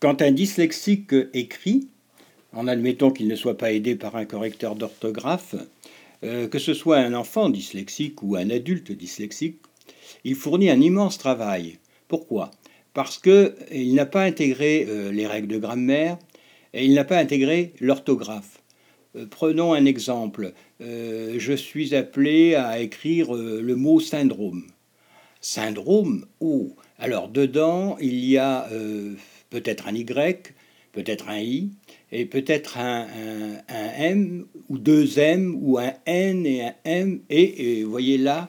Quand un dyslexique écrit, en admettant qu'il ne soit pas aidé par un correcteur d'orthographe, que ce soit un enfant dyslexique ou un adulte dyslexique, il fournit un immense travail. Pourquoi? Parce qu'il n'a pas intégré les règles de grammaire et il n'a pas intégré l'orthographe. Prenons un exemple. Je suis appelé à écrire le mot syndrome. Syndrome, oh, alors dedans, il y a peut-être un Y, peut-être un I, et peut-être un M, ou deux M, ou un N et un M. Et vous voyez là,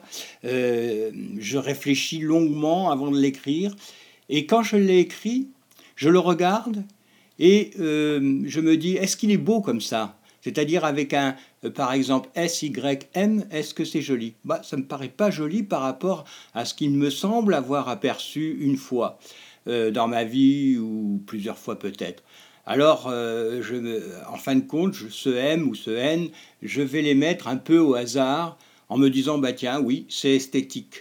je réfléchis longuement avant de l'écrire. Et quand je l'ai écrit, je le regarde et je me dis, est-ce qu'il est beau comme ça? C'est-à-dire avec par exemple, SYM, est-ce que c'est joli? Ça ne me paraît pas joli par rapport à ce qu'il me semble avoir aperçu une fois dans ma vie, ou plusieurs fois peut-être. Alors, en fin de compte, ce M ou ce N, je vais les mettre un peu au hasard en me disant, bah tiens, oui, c'est esthétique.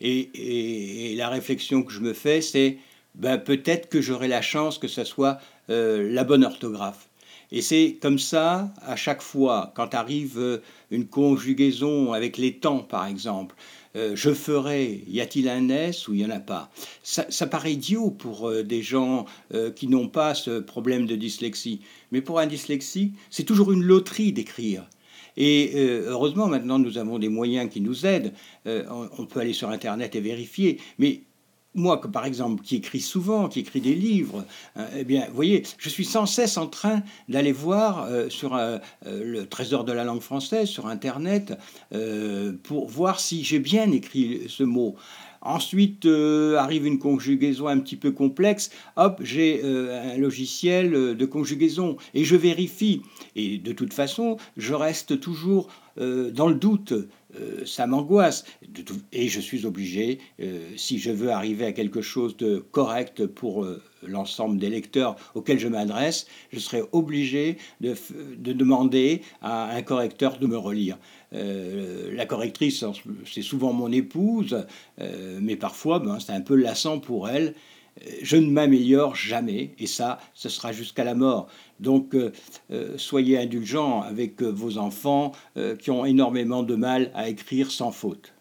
Et la réflexion que je me fais, c'est peut-être que j'aurai la chance que ce soit la bonne orthographe. Et c'est comme ça, à chaque fois, quand arrive une conjugaison avec les temps, par exemple, je ferai, y a-t-il un S ou il n'y en a pas? Ça paraît idiot pour des gens qui n'ont pas ce problème de dyslexie. Mais pour un dyslexique, c'est toujours une loterie d'écrire. Et heureusement, maintenant, nous avons des moyens qui nous aident. On peut aller sur Internet et vérifier. Mais moi, que par exemple, qui écris souvent, qui écris des livres, eh bien, vous voyez, je suis sans cesse en train d'aller voir sur le Trésor de la langue française, sur Internet, pour voir si j'ai bien écrit ce mot. Ensuite arrive une conjugaison un petit peu complexe. Hop, j'ai un logiciel de conjugaison et je vérifie. Et de toute façon, je reste toujours dans le doute. Ça m'angoisse. Et je suis obligé, si je veux arriver à quelque chose de correct pour l'ensemble des lecteurs auxquels je m'adresse, je serai obligé de demander à un correcteur de me relire. La correctrice, c'est souvent mon épouse, mais parfois, c'est un peu lassant pour elle. Je ne m'améliore jamais, et ça, ce sera jusqu'à la mort. Donc, soyez indulgents avec vos enfants qui ont énormément de mal à écrire sans faute.